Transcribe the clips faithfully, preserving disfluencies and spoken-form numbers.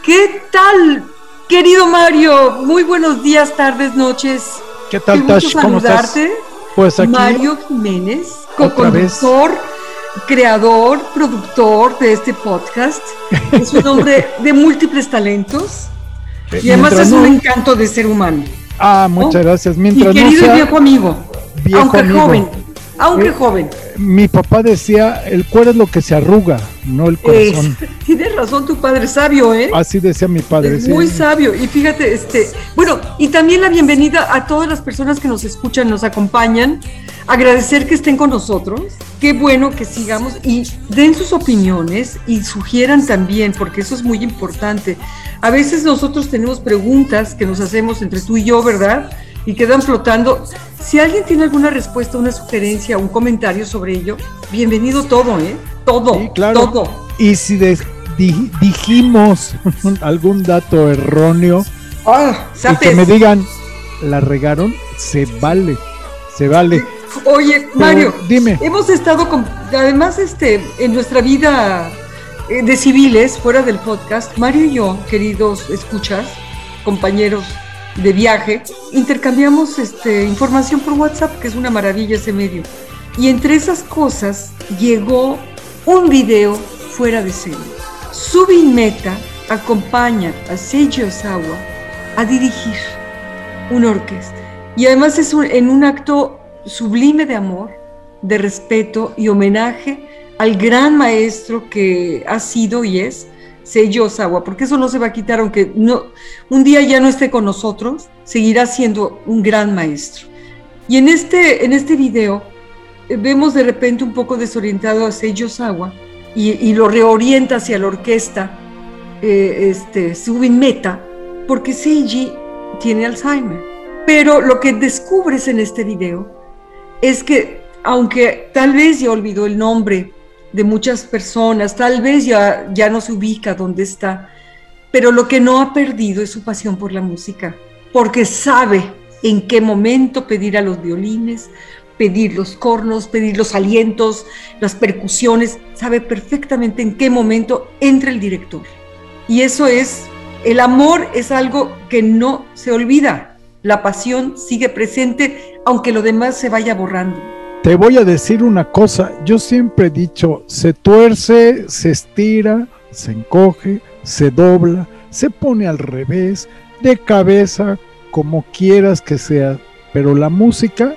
¿Qué tal, querido Mario? Muy buenos días, tardes, noches. ¿Qué tal, Tash? ¿Cómo estás? Pues aquí. Mario Jiménez, co-conductor, creador, productor de este podcast. Es un hombre de múltiples talentos y además es un encanto de ser humano. Ah, muchas ¿no? gracias. Mientras y querido no sea y viejo amigo, viejo aunque amigo. joven, aunque eh, joven. Mi papá decía, el cuero es lo que se arruga, no el corazón. Es, tienes razón, tu padre es sabio, ¿eh? Así decía mi padre. Es sí. muy sabio. Y fíjate, este, bueno, y también la bienvenida a todas las personas que nos escuchan, nos acompañan. Agradecer que estén con nosotros. Qué bueno que sigamos y den sus opiniones y sugieran también, porque eso es muy importante. A veces nosotros tenemos preguntas que nos hacemos entre tú y yo, ¿verdad? Y quedan flotando. Si alguien tiene alguna respuesta, una sugerencia, un comentario sobre ello, bienvenido todo, ¿eh? Todo, sí, claro. todo. Y si des, di, dijimos algún dato erróneo, ah, y que me digan, la regaron, se vale, se vale. Oye, Mario, pero, dime. Hemos estado con, además, este, en nuestra vida de civiles, fuera del podcast, Mario y yo, queridos escuchas, compañeros de viaje, intercambiamos este, información por WhatsApp, que es una maravilla ese medio. Y entre esas cosas llegó un video fuera de serie. Subin Meta acompaña a Seiji Ozawa a dirigir una orquesta. Y además es un, en un acto sublime de amor, de respeto y homenaje al gran maestro que ha sido y es Seiji Ozawa, porque eso no se va a quitar, aunque no, un día ya no esté con nosotros, seguirá siendo un gran maestro. Y en este, en este video eh, vemos de repente un poco desorientado a Seiji Ozawa y, y lo reorienta hacia la orquesta eh, este, Subin Meta, porque Seiji tiene Alzheimer. Pero lo que descubres en este video es que, aunque tal vez ya olvidó el nombre de muchas personas, tal vez ya, ya no se ubica dónde está, pero lo que no ha perdido es su pasión por la música, porque sabe en qué momento pedir a los violines, pedir los cornos, pedir los alientos, las percusiones, sabe perfectamente en qué momento entra el director. Y eso es, el amor es algo que no se olvida, la pasión sigue presente, aunque lo demás se vaya borrando. Te voy a decir una cosa, yo siempre he dicho, se tuerce, se estira, se encoge, se dobla, se pone al revés, de cabeza, como quieras que sea, pero la música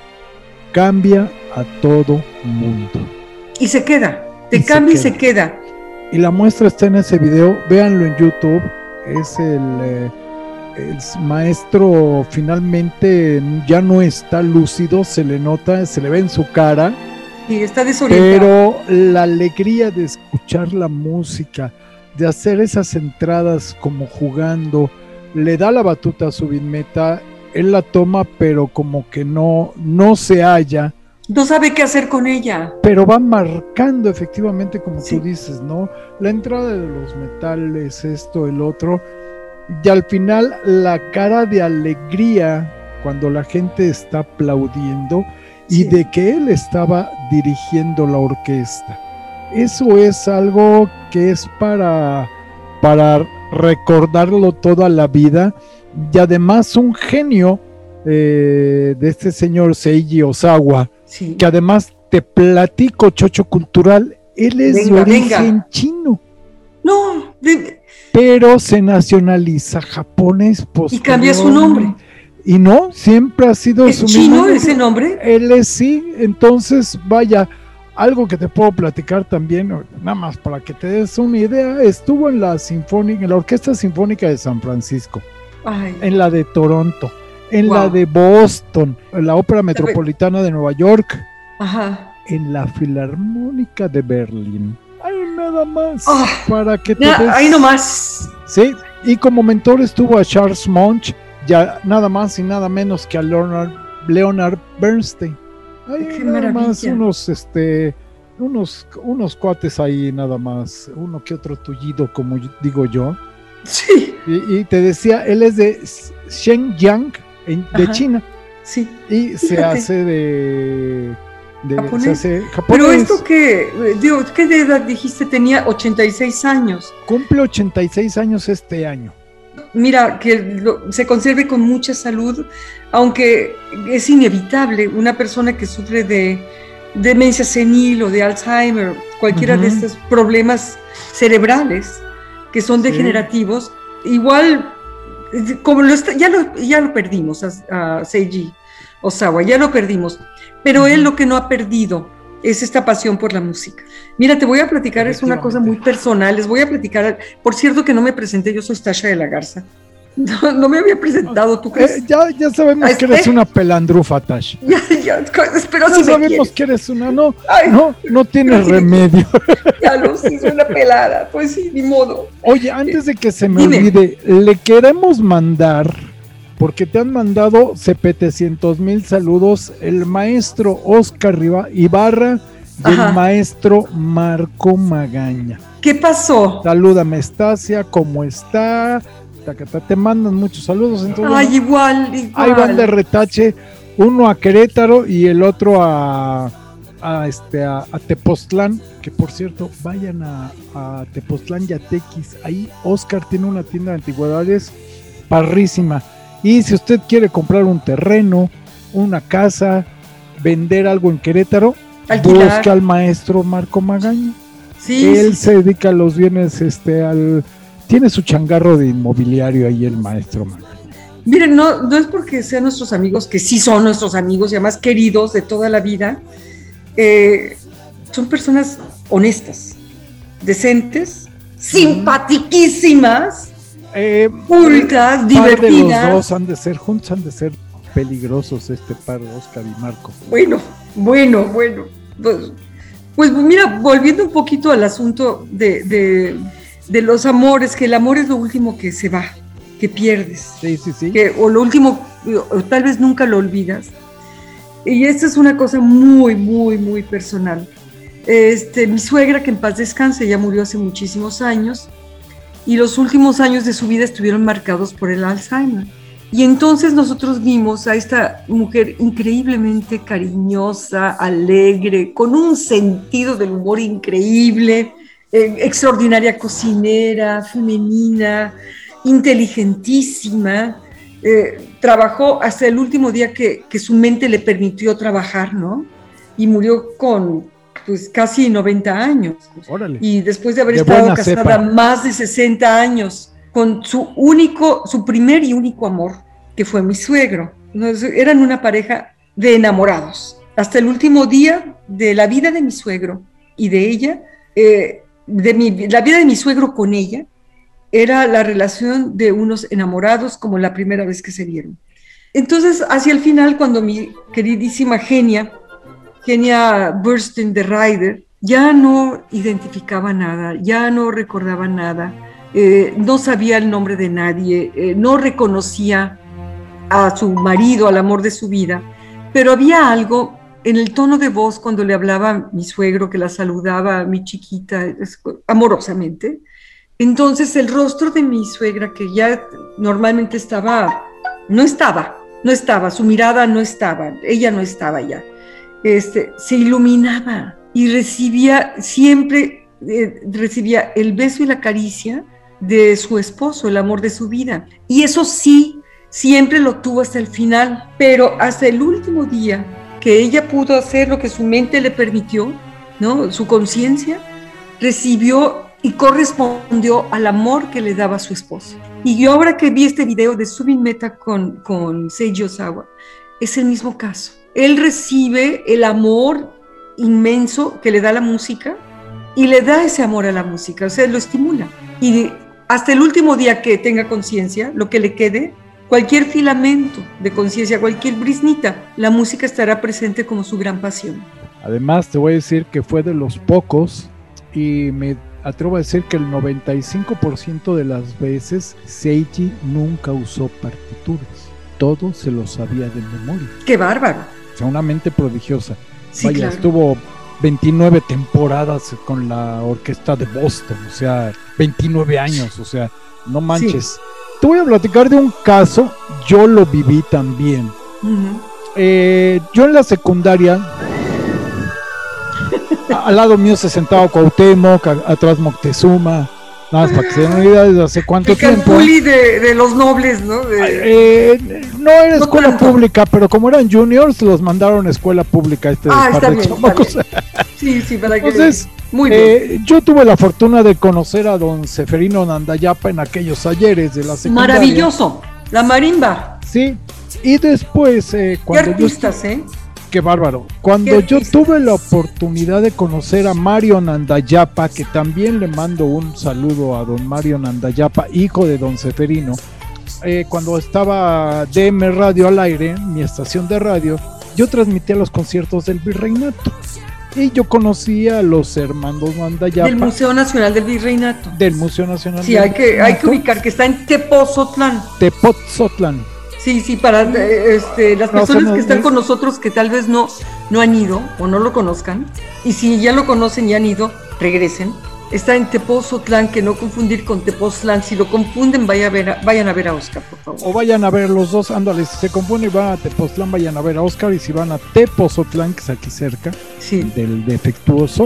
cambia a todo mundo. Y se queda, te y cambia se y se queda. Y la muestra está en ese video, véanlo en YouTube, es el... Eh, el maestro finalmente ya no está lúcido, se le nota, se le ve en su cara. Sí, está desorientado. Pero la alegría de escuchar la música, de hacer esas entradas como jugando, le da la batuta a Subin Meta, él la toma, pero como que no, no se halla. No sabe qué hacer con ella. Pero va marcando efectivamente, como sí. tú dices, ¿no? La entrada de los metales, esto, el otro. Y al final la cara de alegría cuando la gente está aplaudiendo y sí. de que él estaba dirigiendo la orquesta. Eso es algo que es para, para recordarlo toda la vida, y además un genio eh, de este señor Seiji Ozawa, sí. que además te platico, Chocho Cultural, él es venga, de origen venga. chino. No, de... pero se nacionaliza japonés. Y cambia su nombre. Y no, siempre ha sido ¿Es su chino mismo ese nombre? Él es sí, entonces vaya, algo que te puedo platicar también, nada más para que te des una idea, estuvo en la sinfónica, en la Orquesta Sinfónica de San Francisco, Ay. en la de Toronto, en wow. la de Boston, en la Ópera Metropolitana de Nueva York, Ajá. en la Filarmónica de Berlín. Hay nada más oh, para que te ya, des... ahí nomás. Sí, y como mentor estuvo a Charles Munch, ya nada más y nada menos que a Leonard, Leonard Bernstein. Hay Qué nada maravilla. más unos, este, unos, unos cuates ahí nada más, uno que otro tullido, como digo yo. Sí. Y, y te decía, él es de Shenyang, en, de Ajá. China. Sí. Y Fíjate. se hace de De, japonés. Se hace japonés. Pero esto que, digo, ¿qué de edad dijiste? Tenía ochenta y seis años. Cumple ochenta y seis años este año. Mira, que lo, se conserve con mucha salud, aunque es inevitable, una persona que sufre de demencia senil o de Alzheimer, cualquiera uh-huh. de estos problemas cerebrales que son sí. degenerativos, igual, como lo está, ya, lo, ya lo perdimos a, a Seiji Ozawa, ya lo perdimos, pero uh-huh. él lo que no ha perdido es esta pasión por la música. Mira, te voy a platicar, es una cosa muy personal, les voy a platicar, por cierto que no me presenté, yo soy Tasha de la Garza, no, no me había presentado, ¿tú crees? Eh, ya, ya sabemos ¿Este? que eres una pelandrufa, Tasha. Ya, ya, espero ya si sabemos me quieres. que eres una, no, Ay, no, no tienes remedio. Ya lo sé, soy una pelada, pues sí, ni modo. Oye, antes de que se me Dime. olvide, le queremos mandar, porque te han mandado setecientos mil saludos, el maestro Oscar Riva, Ibarra y Ajá. el maestro Marco Magaña. ¿Qué pasó? Salúdame, Estacia, ¿cómo está? Te mandan muchos saludos. Entonces, Ay, igual, igual. Ahí van de retache, uno a Querétaro y el otro a, a, este, a, a Tepoztlán, que por cierto, vayan a, a Tepoztlán y a Tequis. Ahí Oscar tiene una tienda de antigüedades parrísima. Y si usted quiere comprar un terreno, una casa, vender algo en Querétaro, alquilar. Busque al maestro Marco Magaña. Sí, Él sí. se dedica a los bienes, este, al, tiene su changarro de inmobiliario ahí el maestro Magaña. Miren, no, no es porque sean nuestros amigos, que sí son nuestros amigos y además queridos de toda la vida. Eh, son personas honestas, decentes, mm. simpatiquísimas. Eh, Cultas, divertidas. De los dos han de ser, juntos han de ser peligrosos este par de Oscar y Marco. Bueno, bueno, bueno. Pues, pues mira, volviendo un poquito al asunto de, de, de los amores, que el amor es lo último que se va, que pierdes. Sí, sí, sí. Que, o lo último, o tal vez nunca lo olvidas. Y esta es una cosa muy, muy, muy personal. Este, mi suegra, que en paz descanse, ya murió hace muchísimos años, y los últimos años de su vida estuvieron marcados por el Alzheimer. Y entonces nosotros vimos a esta mujer increíblemente cariñosa, alegre, con un sentido del humor increíble, eh, extraordinaria cocinera, femenina, inteligentísima. Eh, trabajó hasta el último día que, que su mente le permitió trabajar, ¿no? Y murió con pues casi noventa años. Órale. Y después de haber de estado casada cepa. más de sesenta años con su único, su primer y único amor, que fue mi suegro. Entonces, eran una pareja de enamorados. Hasta el último día de la vida de mi suegro y de ella, eh, de mi, la vida de mi suegro con ella, era la relación de unos enamorados como la primera vez que se vieron. Entonces, hacia el final, cuando mi queridísima Genia, Genia Burstyn de Ryder, ya no identificaba nada, ya no recordaba nada, eh, no sabía el nombre de nadie, eh, no reconocía a su marido, al amor de su vida, pero había algo en el tono de voz cuando le hablaba a mi suegro, que la saludaba a mi chiquita amorosamente. Entonces el rostro de mi suegra, que ya normalmente estaba, no estaba, no estaba, su mirada no estaba, ella no estaba ya. Este, se iluminaba y recibía siempre, eh, recibía el beso y la caricia de su esposo, el amor de su vida. Y eso sí, siempre lo tuvo hasta el final, pero hasta el último día que ella pudo hacer lo que su mente le permitió, ¿no? Su conciencia, recibió y correspondió al amor que le daba a su esposo. Y yo ahora que vi este video de Subin Mehta con, con Seiji Ozawa, es el mismo caso. Él recibe el amor inmenso que le da la música y le da ese amor a la música, o sea, lo estimula. Y hasta el último día que tenga conciencia, lo que le quede, cualquier filamento de conciencia, cualquier brisnita, la música estará presente como su gran pasión. Además, te voy a decir que fue de los pocos, y me atrevo a decir que el noventa y cinco por ciento de las veces Seiji nunca usó partituras. Todo se lo sabía de memoria. ¡Qué bárbaro! O sea, una mente prodigiosa. Sí, Vaya, claro. Estuvo veintinueve temporadas con la orquesta de Boston, o sea, veintinueve años, o sea, no manches. Sí. Te voy a platicar de un caso, yo lo viví también. Uh-huh. Eh, yo en la secundaria Al lado mío se sentaba Cuauhtémoc, a- atrás Moctezuma. Nada más para que se den una idea desde hace cuánto El tiempo. Calpulli de, de los nobles, ¿no? De- Eh, no era No escuela tanto. pública, pero como eran juniors, los mandaron a escuela pública este Ah, par está de bien, está chamacos. bien. Sí, sí, para que... Entonces, Muy bien. eh, yo tuve la fortuna de conocer a don Seferino Nandayapa en aquellos ayeres de la secundaria. Maravilloso. La marimba. Sí, y después, eh, Qué cuando yo artistas, ¿eh? Qué bárbaro. Cuando Qué yo artistas. tuve la oportunidad de conocer a Mario Nandayapa, que también le mando un saludo a don Mario Nandayapa, hijo de don Seferino, eh, cuando estaba D M Radio al aire, mi estación de radio, yo transmitía los conciertos del Virreinato. Y yo conocía a los hermanos Nandayapa Del Museo Nacional del Virreinato. del Museo Nacional Sí, del hay que, hay que Virreinato, ubicar que está en Tepozotlán. Tepozotlán. Sí, sí, para eh, este, las No, personas son- que están es- con nosotros que tal vez no, no han ido o no lo conozcan, y si ya lo conocen y han ido, regresen. Está en Tepozotlán, que no confundir con Tepoztlán. Si lo confunden, vaya a ver a- vayan a ver a Oscar, por favor. O vayan a ver los dos, ándale, si se confunden y van a Tepoztlán, vayan a ver a Oscar, y si van a Tepozotlán, que es aquí cerca Sí. del defectuoso.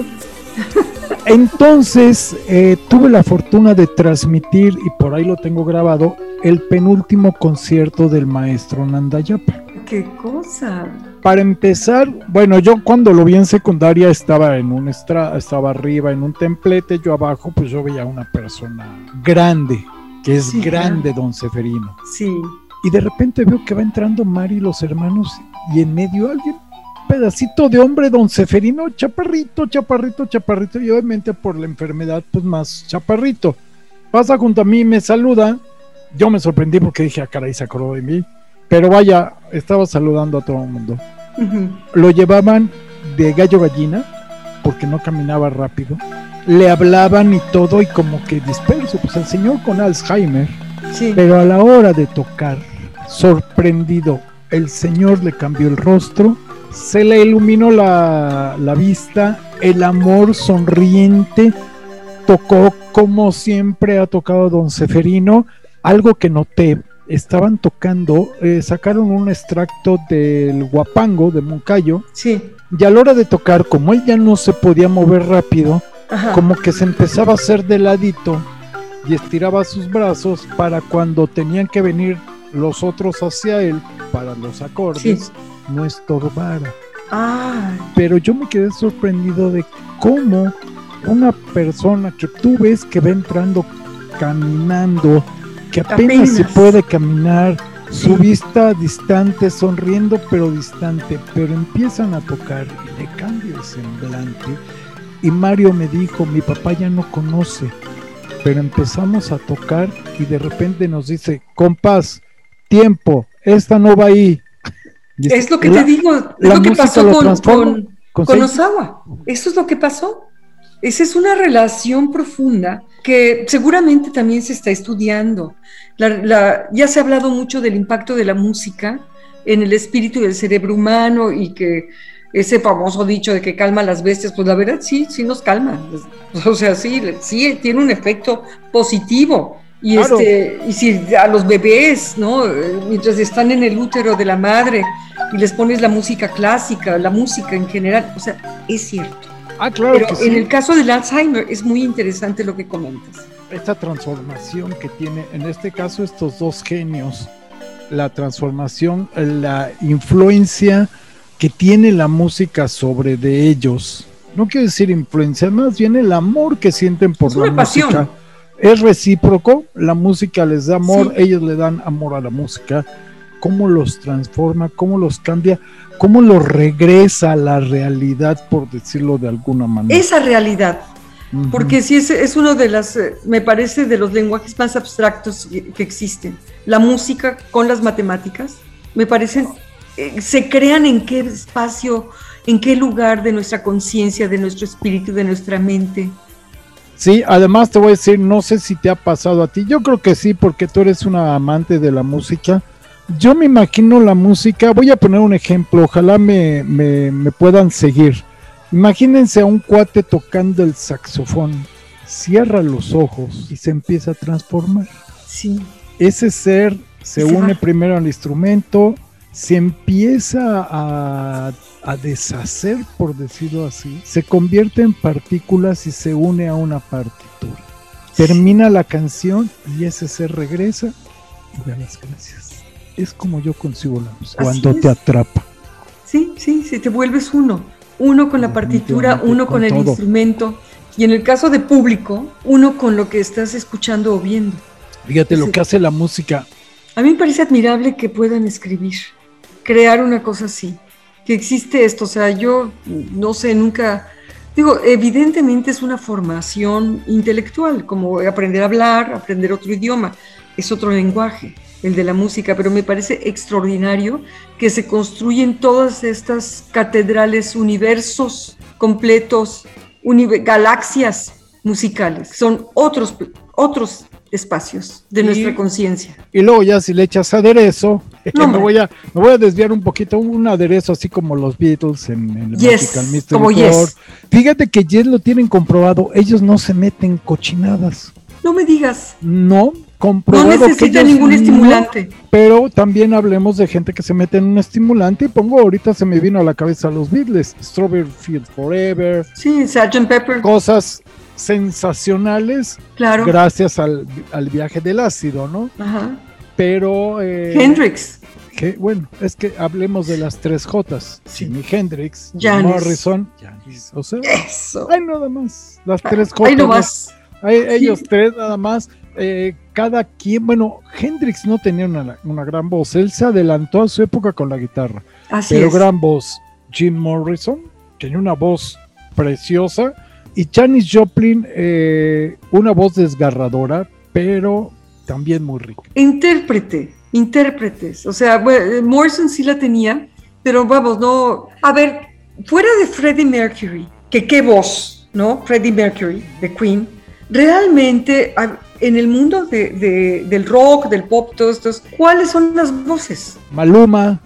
Entonces, eh, tuve la fortuna de transmitir, y por ahí lo tengo grabado, el penúltimo concierto del maestro Nandayapa. ¡Qué cosa! Para empezar, bueno, yo cuando lo vi en secundaria estaba en un estra, estaba arriba en un templete, yo abajo, pues yo veía una persona grande, que es Sí, grande, don Seferino. Sí. Y de repente veo que va entrando Mari y los hermanos, y en medio alguien, pedacito de hombre, don Seferino, chaparrito, chaparrito, chaparrito, y obviamente por la enfermedad, pues más chaparrito. Pasa junto a mí, me saluda. Yo me sorprendí porque dije, ah, caray, se acordó de mí. Pero vaya, estaba saludando a todo el mundo. Ujú. Lo llevaban de gallo gallina, porque no caminaba rápido. Le hablaban y todo, y como que disperso, pues el señor con Alzheimer. Sí. Pero a la hora de tocar, sorprendido, el señor le cambió el rostro, se le iluminó la, la vista, el amor sonriente, tocó como siempre ha tocado don Seferino. Algo que noté, estaban tocando, eh, sacaron un extracto del Huapango de Moncayo, Sí. y a la hora de tocar, como él ya no se podía mover rápido, Ajá. como que se empezaba a hacer de ladito y estiraba sus brazos para cuando tenían que venir los otros hacia él para los acordes, Sí. no estorbara. Ah, Pero yo me quedé sorprendido de cómo una persona que tú ves que va entrando caminando, que apenas, Apenas. se puede caminar, su Sí. vista distante, sonriendo pero distante, pero empiezan a tocar y le cambia el semblante. Y Mario me dijo, mi papá ya no conoce, pero empezamos a tocar y de repente nos dice, compás, tiempo, esta no va ahí. Y es lo que la- te digo, es la lo que música pasó lo con, transforma, con, con con seis- Ozawa. Eso es lo que pasó. Esa es una relación profunda que seguramente también se está estudiando. La, la- ya se ha hablado mucho del impacto de la música en el espíritu y el cerebro humano, y que ese famoso dicho de que calma a las bestias, pues la verdad sí, sí nos calma. O sea, sí, sí tiene un efecto positivo. Y, Claro. este, y si a los bebés, ¿no? Eh, mientras están en el útero de la madre y les pones la música clásica, la música en general, o sea, es cierto. Ah, claro Pero que sí. en el caso del Alzheimer es muy interesante lo que comentas. Esta transformación que tiene, en este caso, estos dos genios, la transformación, la influencia que tiene la música sobre de ellos. No quiero decir influencia, más bien el amor que sienten por Es la una música. pasión. Es recíproco, la música les da amor, Sí. ellos le dan amor a la música. Cómo los transforma, cómo los cambia, cómo los regresa a la realidad, por decirlo de alguna manera. Esa realidad, Ujú. porque sí es, es uno de las, eh, me parece, de los lenguajes más abstractos que que existen. La música con las matemáticas, me parecen, eh, se crean en qué espacio, en qué lugar de nuestra conciencia, de nuestro espíritu, de nuestra mente. Sí, además te voy a decir, no sé si te ha pasado a ti, yo creo que sí, porque tú eres una amante de la música. Yo me imagino la música, voy a poner un ejemplo, ojalá me, me, me puedan seguir. Imagínense a un cuate tocando el saxofón, cierra los ojos y se empieza a transformar. Sí, Ese ser se Y se une va. primero al instrumento, se empieza a, a deshacer, por decirlo así, se convierte en partículas y se une a una partitura. Termina la canción y ese ser regresa y da las gracias. Es como yo concibo la música, cuando te atrapa. Sí, sí, sí, te vuelves uno. Uno con la partitura, uno con, con el todo. Instrumento. Y en el caso de público, uno con lo que estás escuchando o viendo. Fíjate es lo que hace la música. A mí me parece admirable que puedan escribir, crear una cosa así, que existe esto. O sea, yo no sé, nunca... Digo, evidentemente es una formación intelectual, como aprender a hablar, aprender otro idioma, es otro lenguaje, el de la música, pero me parece extraordinario que se construyen todas estas catedrales, universos completos, univ- galaxias musicales, son otros, otros espacios de y, nuestra conciencia. Y luego ya si le echas aderezo, no, me, voy a, me voy a desviar un poquito, un aderezo así como los Beatles en, en el yes, Magical Mystery como Tour. Yes. Fíjate que Yes lo tienen comprobado, ellos no se meten cochinadas. No me digas. No, comprobado. No necesita ningún estimulante. No, pero también hablemos de gente que se mete en un estimulante y pongo, ahorita se me vino a la cabeza los Beatles, Strawberry Field Forever. Sí, sergeant Pepper. Cosas sensacionales, claro, gracias al, al viaje del ácido, ¿no? Ajá. Pero eh, Hendrix, que, bueno, es que hablemos de las tres Jotas, sí. Jimi Hendrix, Janis. Morrison, Janis, o sea, eso, hay nada más, las tres Jotas, hay no más, hay, ellos sí. tres nada más, eh, cada quien, bueno, Hendrix no tenía una, una gran voz, él se adelantó a su época con la guitarra, así pero es. Gran voz. Jim Morrison tenía una voz preciosa. Y Janis Joplin, eh, una voz desgarradora, pero también muy rica. Intérprete, intérpretes. O sea, bueno, Morrison sí la tenía, pero vamos, no... A ver, fuera de Freddie Mercury, que qué voz, ¿no? Freddie Mercury, de Queen, realmente en el mundo de, de, del rock, del pop, todos estos, ¿cuáles son las voces? Maluma.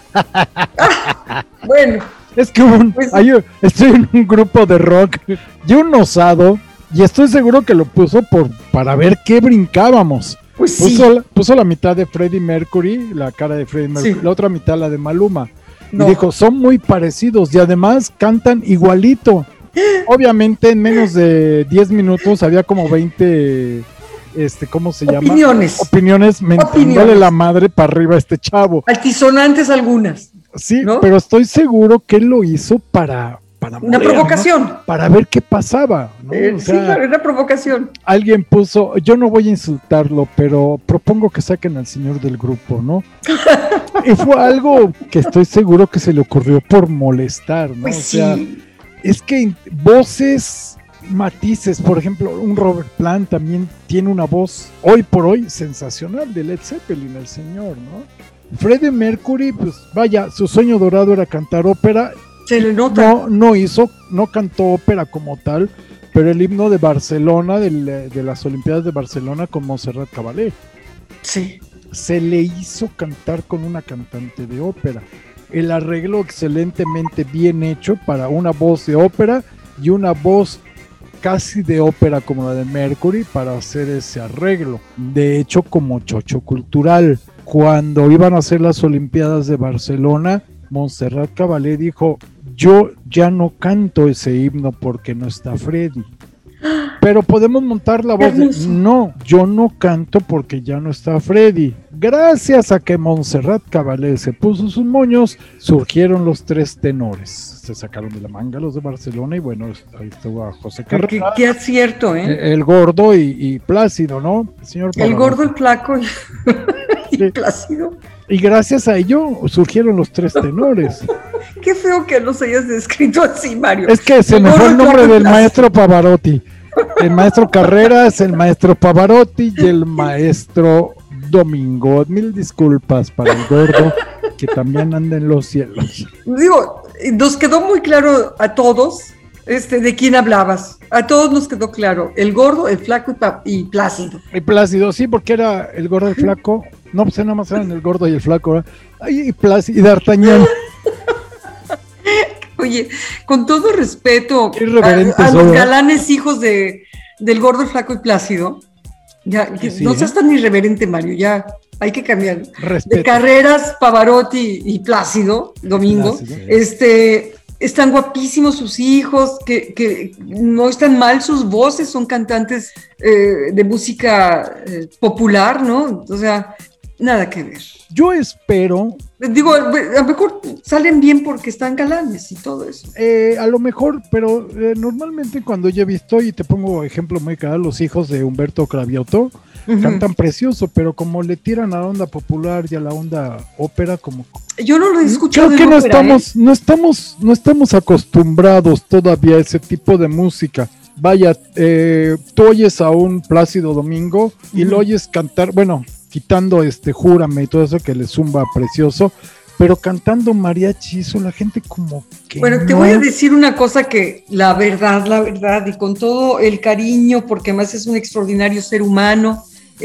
Ah, bueno... Es que un, pues, hay, estoy en un grupo de rock y un osado, y estoy seguro que lo puso por para ver qué brincábamos. Pues puso, sí. la, puso la mitad de Freddie Mercury, la cara de Freddie Mercury, sí. La otra mitad la de Maluma. No. Y dijo, son muy parecidos y además cantan igualito. Obviamente en menos de diez minutos había como veinte... Este, ¿cómo se llama? Opiniones. Opiniones, mentándole la madre para arriba a este chavo. Altisonantes algunas. Sí, ¿no? Pero estoy seguro que él lo hizo para... para una morir, provocación. ¿no? Para ver qué pasaba, ¿no? Eh, o sí, sea, claro, una provocación. Alguien puso, yo no voy a insultarlo, pero propongo que saquen al señor del grupo, ¿no? Y fue algo que estoy seguro que se le ocurrió por molestar, ¿no? Pues o sea, sí. Es que voces... matices, por ejemplo, un Robert Plant también tiene una voz hoy por hoy sensacional de Led Zeppelin, el señor, ¿no? Freddie Mercury, pues vaya, su sueño dorado era cantar ópera. Se le nota. No, no hizo, no cantó ópera como tal, pero el himno de Barcelona, del, de las Olimpiadas de Barcelona con Montserrat Caballé. Sí. Se le hizo cantar con una cantante de ópera. El arreglo excelentemente bien hecho para una voz de ópera y una voz casi de ópera como la de Mercury para hacer ese arreglo. De hecho, como chocho cultural, cuando iban a hacer las Olimpiadas de Barcelona, Montserrat Caballé dijo, yo ya no canto ese himno porque no está Freddie. Pero podemos montar la voz de, no, yo no canto porque ya no está Freddie. Gracias a que Montserrat Caballé se puso sus moños, surgieron los tres tenores. Se sacaron de la manga los de Barcelona y bueno, ahí estuvo a José Carreras. Qué, qué acierto, ¿eh? El gordo y, y Plácido, ¿no? El, señor el gordo, el flaco y, y sí. Plácido. Y gracias a ello surgieron los tres tenores. Qué feo que los hayas descrito así, Mario. Es que se el me fue el nombre del Plácido. Maestro Pavarotti. El maestro Carreras, el maestro Pavarotti y el maestro Domingo. Mil disculpas para el gordo que también anda en los cielos. Digo, nos quedó muy claro a todos este, de quién hablabas. A todos nos quedó claro. El gordo, el flaco y, pa- y Plácido. Y Plácido, sí, porque era el gordo y el flaco. No, pues nada más eran el gordo y el flaco, ¿verdad? Ay, y Plácido y D'Artagnan. Oye, con todo respeto a, a los galanes hijos de, del gordo, el flaco y Plácido, ya, sí, no ¿eh? seas tan irreverente, Mario, ya. hay que cambiar. Respeto. De Carreras, Pavarotti y Plácido Domingo, Plácido, sí. este, están guapísimos sus hijos, que, que no están mal sus voces, son cantantes eh, de música eh, popular, ¿no? O sea, nada que ver. Yo espero... Digo, a lo mejor salen bien porque están galanes y todo eso. Eh, a lo mejor, pero eh, normalmente cuando yo he visto, y te pongo ejemplo muy claro, los hijos de Humberto Cravioto, uh-huh. cantan precioso, pero como le tiran a la onda popular y a la onda ópera, como... Yo no lo he escuchado. Creo que no, ópera, estamos, ¿eh? no, estamos, no estamos acostumbrados todavía a ese tipo de música. Vaya, eh, tú oyes a un Plácido Domingo y uh-huh. lo oyes cantar, bueno... quitando este Júrame y todo eso que le zumba precioso, pero cantando mariachi, eso la gente como que bueno, no. Te voy a decir una cosa que la verdad, la verdad, y con todo el cariño, porque además es un extraordinario ser humano,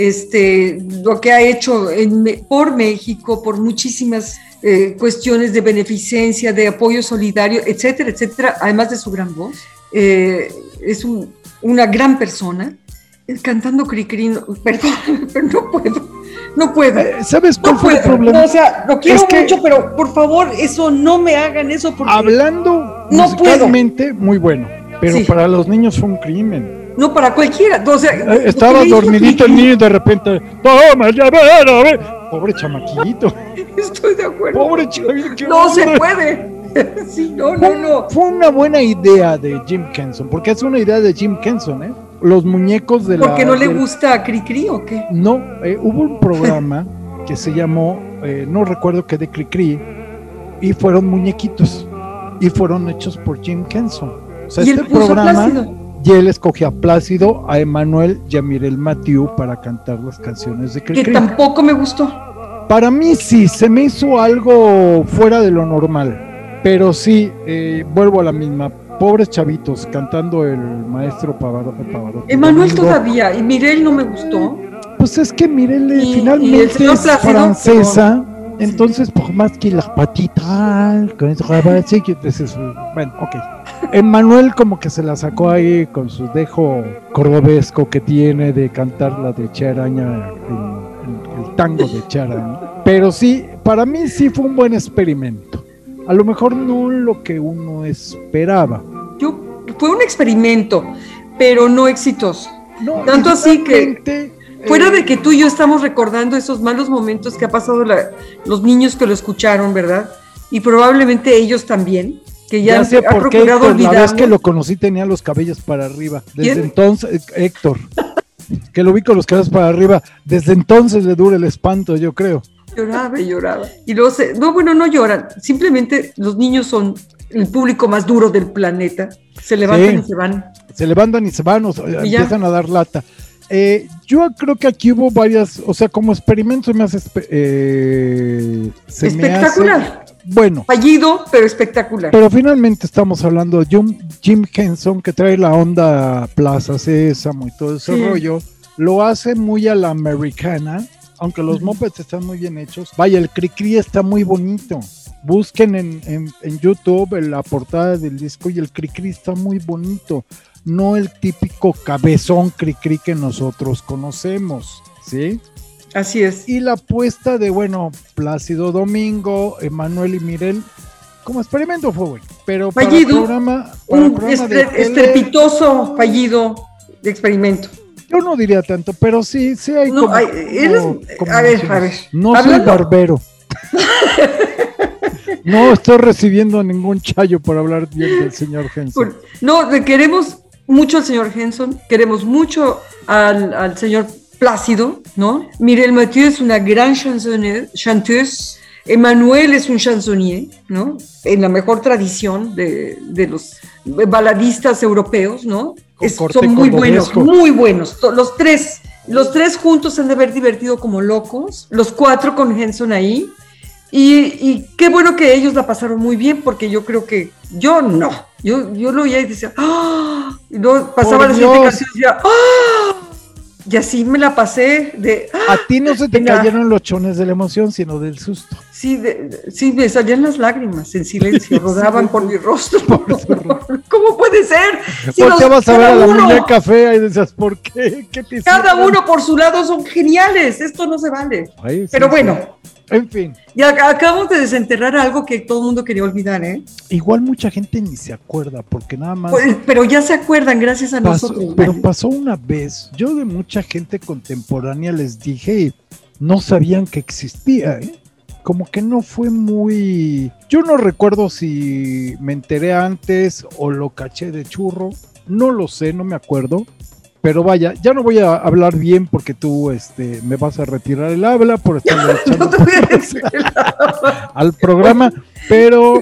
este, lo que ha hecho en, por México, por muchísimas eh, cuestiones de beneficencia, de apoyo solidario, etcétera, etcétera, además de su gran voz, eh, es un, una gran persona. Cantando Cricri, no, perdón, pero no puedo, no puedo. ¿Sabes cuál no fue puedo, el problema? No, o sea, lo quiero es mucho, pero por favor, eso no me hagan eso porque hablando no musicalmente, puedo. Muy bueno, pero sí. Para los niños fue un crimen. No, para cualquiera. O sea, estaba dormidito el niño y de repente, toma, ya ver, a ver. Pobre chamaquillito. Estoy de acuerdo. Pobre chamaquillito. No se puede. Sí, no, no, no. Fue una buena idea de Jim Henson, porque es una idea de Jim Henson, ¿eh? Los muñecos de la... ¿Por qué no le gusta a Cricri o qué? No, eh, hubo un programa que se llamó, eh, no recuerdo qué de Cricri, y fueron muñequitos, y fueron hechos por Jim Henson. O sea, ¿Y este él puso programa, Plácido? Y él escogió a Plácido, a Emanuel y a Mirel Mathieu para cantar las canciones de Cricri. Que tampoco me gustó. Para mí sí, se me hizo algo fuera de lo normal, pero sí, eh, vuelvo a la misma. Pobres chavitos cantando el maestro Pavarotti. Pavarotti Emanuel Domingo. Todavía, y Mirel no me gustó. Pues es que Mirel y, finalmente y es Plácido, francesa, pero... entonces sí. Por más que las patitas, con eso, sí, es, bueno, ok. Emanuel como que se la sacó ahí con su dejo cordobesco que tiene de cantar la de Charaña, el, el, el tango de Charaña. Pero sí, para mí sí fue un buen experimento. A lo mejor no lo que uno esperaba. Yo, fue un experimento, pero no exitoso. No, tanto así que, eh, fuera de que tú y yo estamos recordando esos malos momentos que ha pasado la, los niños que lo escucharon, ¿verdad? Y probablemente ellos también, que ya, ya sé han por qué procurado Héctor, olvidarlo. La vez que lo conocí tenía los cabellos para arriba. Desde ¿Quién? entonces, Héctor, que lo vi con los cabellos para arriba, desde entonces le dura el espanto, yo creo. Lloraba y lloraba. Y luego se, no, bueno, no lloran, simplemente los niños son el público más duro del planeta. Se levantan sí, y se van. Se levantan y se van, o sea, empiezan ya. a dar lata. Eh, yo creo que aquí hubo varias, o sea, como experimento se me hace eh, se espectacular. Me hace, bueno. Fallido, pero espectacular. Pero finalmente estamos hablando de Jim, Jim Henson, que trae la onda Plaza Sésamo y todo ese sí. rollo. Lo hace muy a la americana. Aunque los uh-huh. mopeds están muy bien hechos, vaya, el Cricri está muy bonito. Busquen en, en, en YouTube en la portada del disco y el Cricri está muy bonito. No el típico cabezón Cricri que nosotros conocemos, ¿sí? Así es. Y la apuesta de, bueno, Plácido Domingo, Emanuel y Mirel, como experimento fue bueno. Pero fallido, para el programa, para un el programa estre- de tele, estrepitoso fallido de experimento. Yo no diría tanto, pero sí, sí hay no, como, hay, eres, como, como a ver, a ver. No Hablando. soy barbero. No estoy recibiendo ningún chayo por hablar bien del señor Henson. No, queremos mucho al señor Henson, queremos mucho al, al señor Plácido, ¿no? Mirel Mathieu es una gran chanteuse, Emanuel es un chansonnier, ¿no? En la mejor tradición de, de los baladistas europeos, ¿no? Es, son muy buenos, muy buenos. Los tres, los tres juntos se han de haber divertido como locos, los cuatro con Henson ahí. Y, y qué bueno que ellos la pasaron muy bien, porque yo creo que yo no. Yo, yo lo oía y decía, ¡ah! Y luego pasaba la siguiente canción y decía, ¡ah! Y así me la pasé de... A ti no se te Venga. cayeron los chones de la emoción, sino del susto. Sí, de, sí, me salían las lágrimas en silencio, rodaban por mi rostro. Por tu rostro. ¿Cómo puede ser? Si Volteabas los- a ver cada a la uno- muñeca fea y decías, ¿por qué? ¿Qué te Cada hicieron? uno por su lado son geniales, esto no se vale. Ay, sí, Pero sí. bueno, En fin, ya acabamos de desenterrar algo que todo el mundo quería olvidar, ¿eh? igual mucha gente ni se acuerda, porque nada más... Pues, pero ya se acuerdan gracias a Pasó- nosotros. pero Mario. pasó una vez, yo de mucha gente contemporánea les dije y no sabían que existía, ¿eh? Como que no fue muy... Yo no recuerdo si me enteré antes o lo caché de churro, no lo sé, no me acuerdo, pero vaya, ya no voy a hablar bien porque tú este, me vas a retirar el habla por estar echando No te voy a decir nada. al programa, pero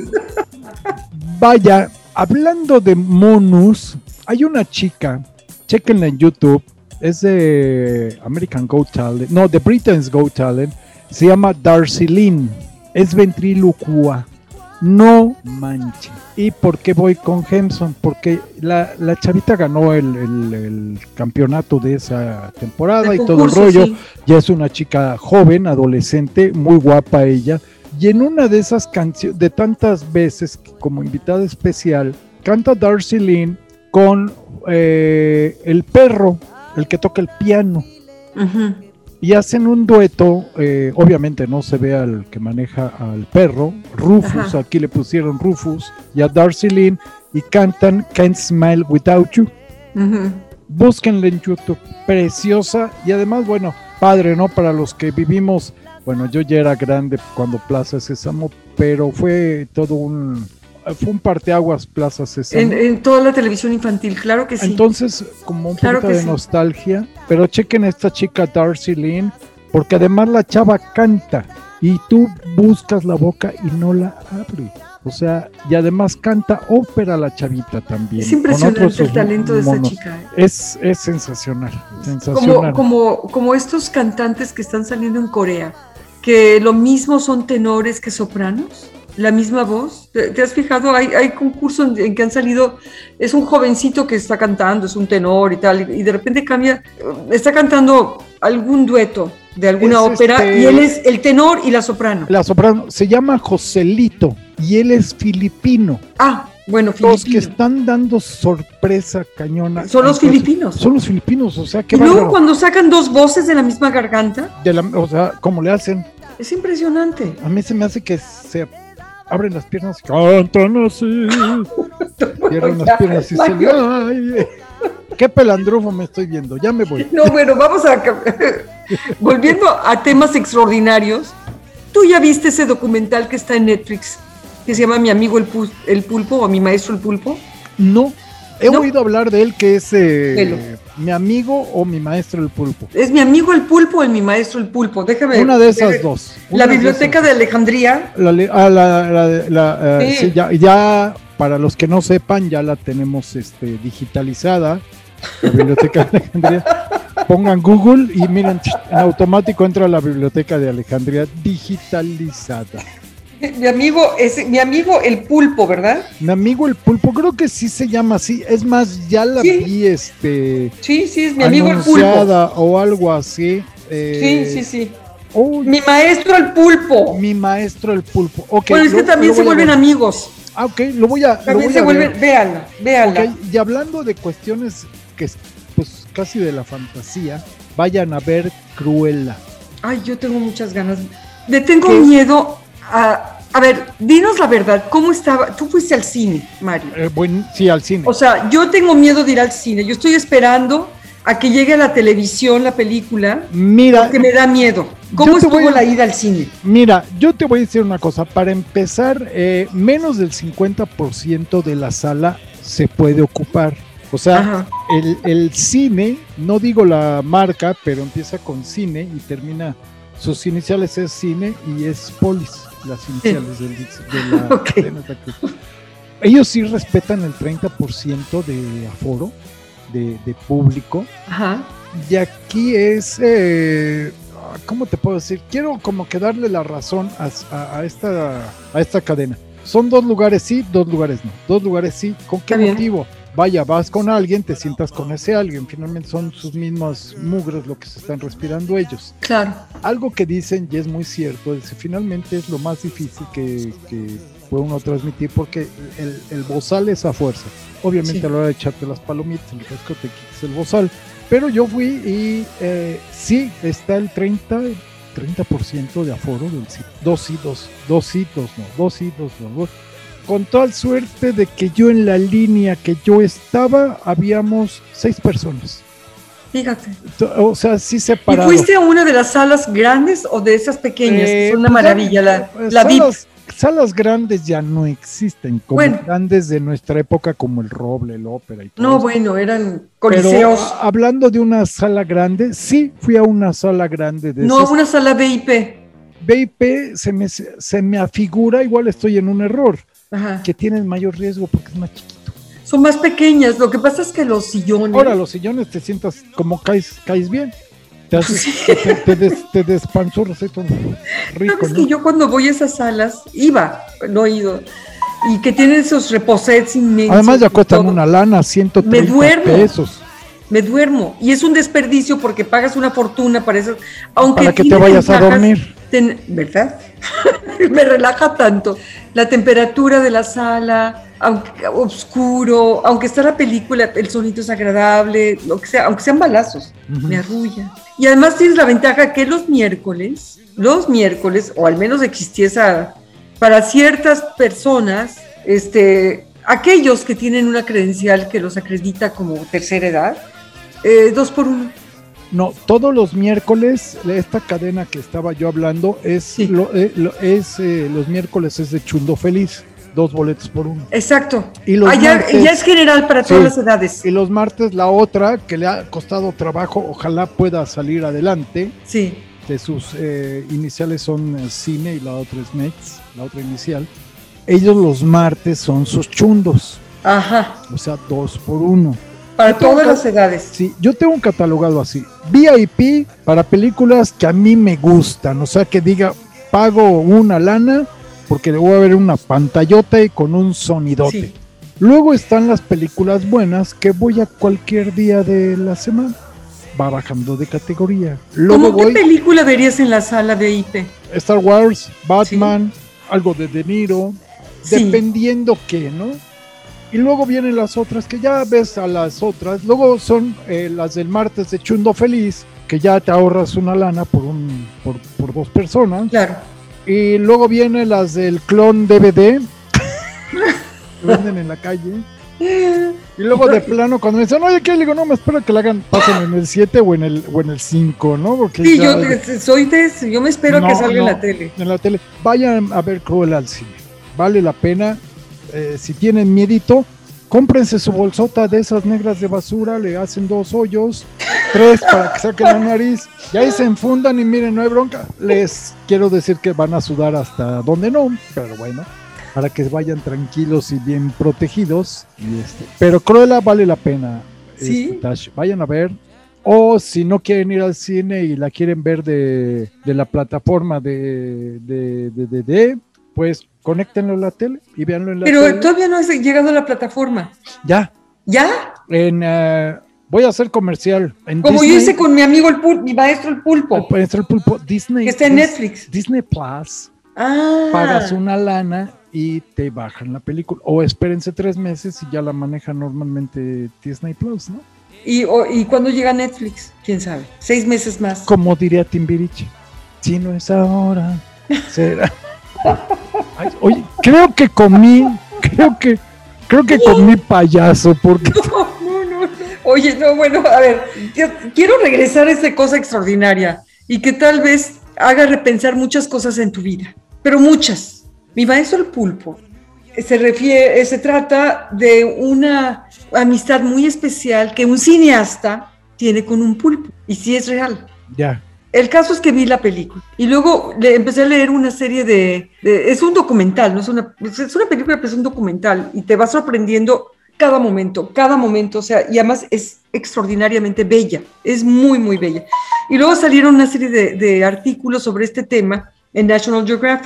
vaya, hablando de monos, hay una chica, chequenla en YouTube, es de American Got Talent, no, de Britain's Got Talent, se llama Darcy Lynn, es ventrílocua, no manche. ¿Y por qué voy con Henson? Porque la, la chavita ganó el, el- el campeonato de esa temporada De y todo el concurso, rollo, sí. ya es una chica joven, adolescente, muy guapa ella, y en una de esas canciones, de tantas veces que como invitada especial, canta Darcy Lynn con eh, el perro, el que toca el piano, Ujú. y hacen un dueto, eh, obviamente no se ve al que maneja al perro, Rufus, Ajá. aquí le pusieron Rufus, y a Darcy Lynn, y cantan Can't Smile Without You. Ujú. Búsquenla en YouTube, preciosa y además, bueno, padre, ¿no? Para los que vivimos, bueno, yo ya era grande cuando Plaza Sésamo, pero fue todo un, fue un parteaguas Plaza Sésamo. En, en toda la televisión infantil, claro que sí. Entonces, como un Claro poquito que de sí. nostalgia, pero chequen a esta chica Darcy Lynn, porque además la chava canta y tú buscas la boca y no la abre. O sea, y además canta ópera la chavita también. Es con impresionante otros el talento de esa monos. chica. ¿eh? Es, es sensacional, sensacional. Como, como, como estos cantantes que están saliendo en Corea, que lo mismo son tenores que sopranos, la misma voz. ¿Te, te has fijado? Hay, hay concursos en, en que han salido, es un jovencito que está cantando, es un tenor y tal, y de repente cambia, eh, está cantando algún dueto de alguna Es ópera este- y él es el tenor y la soprano. La soprano se llama Joselito y él es filipino. Ah, bueno, Los que filipino. están dando sorpresa cañona. Son los Entonces, filipinos. Son los filipinos, o sea, qué Y luego bárbaro. cuando sacan dos voces de la misma garganta, De la- o sea, ¿cómo le hacen? es impresionante. A mí se me hace que se abren las piernas y cantan así. Cierran las piernas y se le... Ay, qué pelandrufo me estoy viendo, ya me voy. No, bueno, vamos a... Volviendo a temas extraordinarios, tú ya viste ese documental que está en Netflix, que se llama Mi amigo el, Pu- el pulpo o Mi maestro el pulpo. No, he ¿No? oído hablar de él que es eh, Velo. mi amigo o mi maestro el pulpo. Es Mi amigo el pulpo o el Mi maestro el pulpo. Déjame... Una de esas ver. dos. La Una de biblioteca esas de Alejandría. La, le- ah, la- la- la, eh, Sí. sí, ya, ya, para los que no sepan, ya la tenemos este, digitalizada. La biblioteca de Alejandría. Pongan Google y miren, en automático entra a la biblioteca de Alejandría digitalizada. Mi amigo, es, mi amigo el pulpo, ¿verdad? Mi amigo el pulpo, creo que sí se llama así. Es más, ya la Sí. vi este, Sí, sí, es mi amigo el pulpo. anunciada o algo así. eh, Sí, sí, sí. oh, Mi maestro el pulpo. mi maestro el pulpo. Okay, Bueno, es que lo- también lo se voy a vuelven ver. amigos. Ah, ok, lo voy a, lo También voy se a ver. vuelven, véanla, véanla. Ok, y hablando de cuestiones que es pues casi de la fantasía, vayan a ver Cruella. Ay, yo tengo muchas ganas. Le tengo ¿Qué? miedo a... A ver, dinos la verdad, ¿cómo estaba? Tú fuiste al cine, Mario. Eh, buen, sí, al cine. O sea, yo tengo miedo de ir al cine. Yo estoy esperando a que llegue a la televisión la película, Mira, porque me da miedo. ¿Cómo Yo te estuvo voy a- la ida al cine? mira, yo te voy a decir una cosa. Para empezar, eh, menos del cincuenta por ciento de la sala se puede ocupar. O sea, Ajá. el, el cine, no digo la marca, pero empieza con cine y termina, sus iniciales es cine y es polis, las iniciales del- de la Ok. cadena de aquí. Ellos sí respetan el treinta por ciento de aforo, de, de público, Ajá. y aquí es, eh, ¿cómo te puedo decir? Quiero como que darle la razón a, a- a esta, a esta cadena. Son dos lugares sí, dos lugares no. Dos lugares sí. ¿Con qué Está bien. motivo? vaya, vas con alguien, te sientas con ese alguien, finalmente son sus mismas mugres lo que se están respirando ellos. Claro. Algo que dicen, y es muy cierto, es que finalmente es lo más difícil que, que puede uno transmitir, porque el, el bozal es a fuerza. Obviamente sí. A la hora de echarte las palomitas, el refresco te quitas el bozal. Pero yo fui y eh, sí, está el treinta por ciento de aforo del sitio. Dos hitos, dos hitos, no, dos hitos, no. Con toda suerte de que yo en la línea que yo estaba, habíamos seis personas. Fíjate. O sea, sí separado. ¿Y fuiste a una de las salas grandes o de esas pequeñas? Eh, es una pues maravilla, la, pues, la V I P. Salas grandes ya no existen, como bueno, grandes de nuestra época, como el Roble, el Ópera y todo No, eso. Bueno, eran coliseos. Pero hablando de una sala grande, sí fui a una sala grande. De no, esas. Una sala V I P. V I P se me, se me afigura, igual estoy en un error, Ajá. que tienen mayor riesgo porque es más chiquito. Son más pequeñas, lo que pasa es que los sillones... Ahora, los sillones te sientas como caes, caes bien. Te, haces, sí. te, te, te, des, te despanzurras, todo rico, ¿Sabes, ¿no? Que yo cuando voy a esas salas, iba, no he ido, y que tienen esos reposets inmensos. Además ya cuestan una lana, ciento treinta me duermo, pesos. Me duermo, y es un desperdicio porque pagas una fortuna para eso. Aunque para que te vayas ventajas, a dormir. Ten, ¿verdad? Me relaja tanto. La temperatura de la sala, aunque oscuro, aunque está la película, el sonido es agradable, lo que sea, aunque sean balazos, uh-huh. me arrulla. Y además tienes la ventaja que los miércoles, los miércoles, o al menos existiesa para ciertas personas, este, aquellos que tienen una credencial que los acredita como tercera edad, eh, dos por uno. No, todos los miércoles, esta cadena que estaba yo hablando, es, sí. lo, eh, lo, es eh, los miércoles es de Chundo Feliz, dos boletos por uno. Exacto. Y los ah, ya, martes, ya es general para todas sí. las edades. Y los martes la otra, que le ha costado trabajo, ojalá pueda salir adelante. Sí. De sus eh, iniciales son eh, Cine y la otra es Mets, la otra inicial. Ellos los martes son sus chundos. Ajá. O sea, dos por uno. Para todas las edades. Sí, yo tengo un catalogado así. V I P para películas que a mí me gustan. O sea, que diga, pago una lana porque le voy a ver una pantallota y con un sonidote. Sí. Luego están las películas buenas que voy a cualquier día de la semana. Va bajando de categoría. Luego ¿Cómo voy, qué película verías en la sala V I P? Star Wars, Batman, sí. algo de De Niro, sí. dependiendo qué, ¿no? Y luego vienen las otras, que ya ves a las otras. Luego son eh, las del martes de Chundo Feliz, que ya te ahorras una lana por un por, por dos personas. Claro. Y luego vienen las del clon D V D, que venden en la calle. Y luego de plano, cuando me dicen, oye, ¿qué? Le digo, no, me espero que la hagan, pasen en el siete o en el o en el cinco, ¿no? Porque sí, ya, yo te, soy de eso, yo me espero no, que salga no, en la tele. En la tele. Vayan a ver Cruella al cine. Vale la pena. Eh, si tienen miedito, cómprense su bolsota de esas negras de basura, le hacen dos hoyos, tres para que saquen la nariz, y ahí se enfundan y miren, no hay bronca. Les quiero decir que van a sudar hasta donde no, pero bueno, para que vayan tranquilos y bien protegidos. Y este, pero Cruella vale la pena. ¿Sí? Este, vayan a ver. O si no quieren ir al cine y la quieren ver de, de la plataforma de, de, de, de, de pues conéctenlo a la tele y véanlo en la Pero tele. Pero todavía no has llegado a la plataforma. Ya. ¿Ya? En, uh, voy a hacer comercial. En Como Disney, yo hice con mi amigo el pulpo, mi maestro el pulpo. El maestro el pulpo. Disney. Que está en Netflix. Disney Plus. Ah. Pagas una lana y te bajan la película. O espérense tres meses y ya la maneja normalmente Disney Plus, ¿no? ¿Y, o, ¿Y cuándo llega Netflix? ¿Quién sabe? Seis meses más. Como diría Timbiriche. Si no es ahora, será... Ay, oye, creo que comí, creo que, creo que comí payaso, porque... No, no, no, no. Oye, no, bueno, a ver, quiero regresar a esta cosa extraordinaria y que tal vez haga repensar muchas cosas en tu vida, pero muchas. Mi maestro el pulpo se refiere, se trata de una amistad muy especial que un cineasta tiene con un pulpo, y sí es real. Ya. El caso es que vi la película y luego le empecé a leer una serie de, de es un documental, no es una, es una película, pero es un documental y te va sorprendiendo cada momento, cada momento, o sea, y además es extraordinariamente bella, es muy, muy bella. Y luego salieron una serie de, de artículos sobre este tema en National Geographic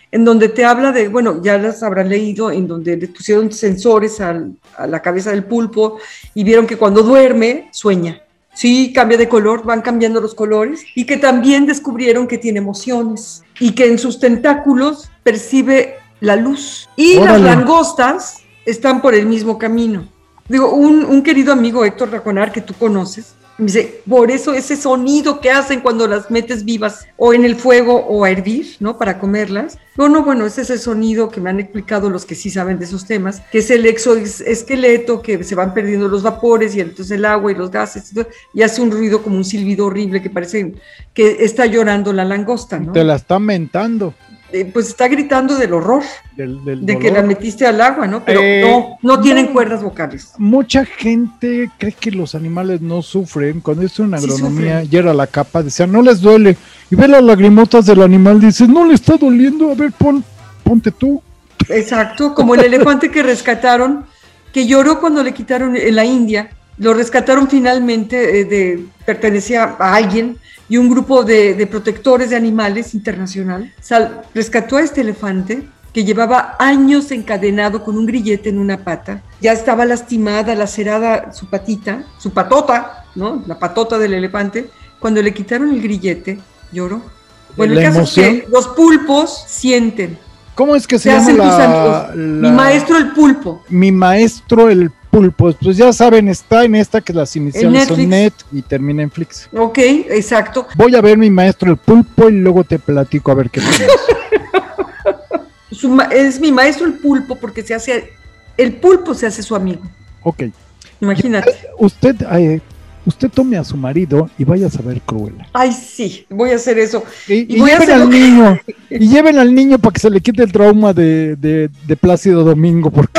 en donde te habla de, bueno, ya las habrán leído, en donde le pusieron sensores al, a la cabeza del pulpo y vieron que cuando duerme, sueña. Sí, cambia de color, van cambiando los colores, y que también descubrieron que tiene emociones y que en sus tentáculos percibe la luz. Y Órale. Las langostas están por el mismo camino. Digo, un, un querido amigo, Héctor Raconar, que tú conoces, me dice, por eso ese sonido que hacen cuando las metes vivas o en el fuego o a hervir, ¿no? Para comerlas. No, no, bueno, es ese sonido que me han explicado los que sí saben de esos temas, que es el exoesqueleto, que se van perdiendo los vapores y entonces el agua y los gases y, todo, y hace un ruido como un silbido horrible que parece que está llorando la langosta, ¿no? Te la está mentando. Eh, pues está gritando del horror, del, del de dolor. Que la metiste al agua, ¿no? Pero eh, no, no tienen no, cuerdas vocales. Mucha gente cree que los animales no sufren. Cuando hice una agronomía sí y era la capa, decían, no les duele. Y ve las lagrimotas del animal, dices, no le está doliendo, a ver, pon, ponte tú. Exacto, como el elefante que rescataron, que lloró cuando le quitaron en la India, lo rescataron finalmente, eh, de, pertenecía a alguien, y un grupo de, de protectores de animales internacional sal, rescató a este elefante que llevaba años encadenado con un grillete en una pata, ya estaba lastimada, lacerada su patita, su patota, ¿no? La patota del elefante. Cuando le quitaron el grillete, lloró. Bueno, el caso emoción. Es que los pulpos sienten. ¿Cómo es que se, se llama la, la... Mi maestro el pulpo. Mi maestro el pulpo, pues ya saben, está en esta que las iniciales son net y termina en Flix. Ok, exacto. Voy a ver Mi maestro el pulpo y luego te platico a ver qué pasa. Su, es Mi maestro el pulpo porque se hace, el pulpo se hace su amigo. Ok. Imagínate. Usted, eh, usted tome a su marido y vaya a ver Cruella. Ay, sí, voy a hacer eso. Y, y, y voy lleven a hacer al que... niño, y lleven al niño para que se le quite el trauma de, de, de Plácido Domingo, porque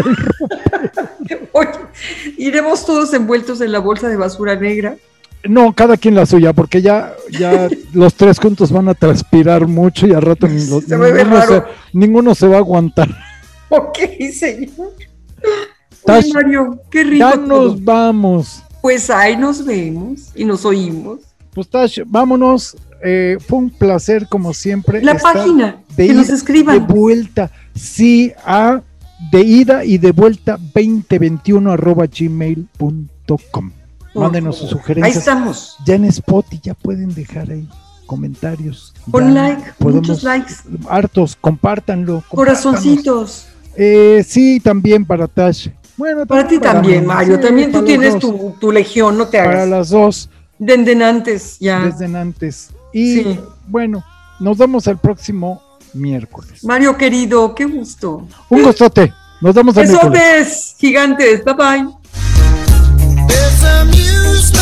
Oye, iremos todos envueltos en la bolsa de basura negra. No, cada quien la suya, porque ya, ya los tres juntos van a transpirar mucho y al rato ni los, se ninguno, se, ninguno se va a aguantar. Ok, señor. Oye, Mario, qué rico. Ya todo. Nos vamos. Pues ahí nos vemos y nos oímos. Pues Tash, vámonos. Eh, fue un placer como siempre. La página, de que nos escriban. De vuelta, sí, a de ida y de vuelta veinte veintiuno arroba gmail punto com. Mándenos sus sugerencias. Ahí estamos. Ya en Spotify ya pueden dejar ahí comentarios. Pon like, podemos, muchos likes. Hartos, compártanlo. Corazoncitos. Eh, sí, también para Tash. Bueno, para ti para también, mí. Mario. Sí, también tú tienes tu, tu legión, no te hagas. Para las dos. Desde antes, ya. Desde antes. Y sí. Bueno, nos vemos el próximo miércoles. Mario querido, qué gusto. Un gustote. Nos vemos el miércoles. Besotes gigantes. Bye bye. There's a music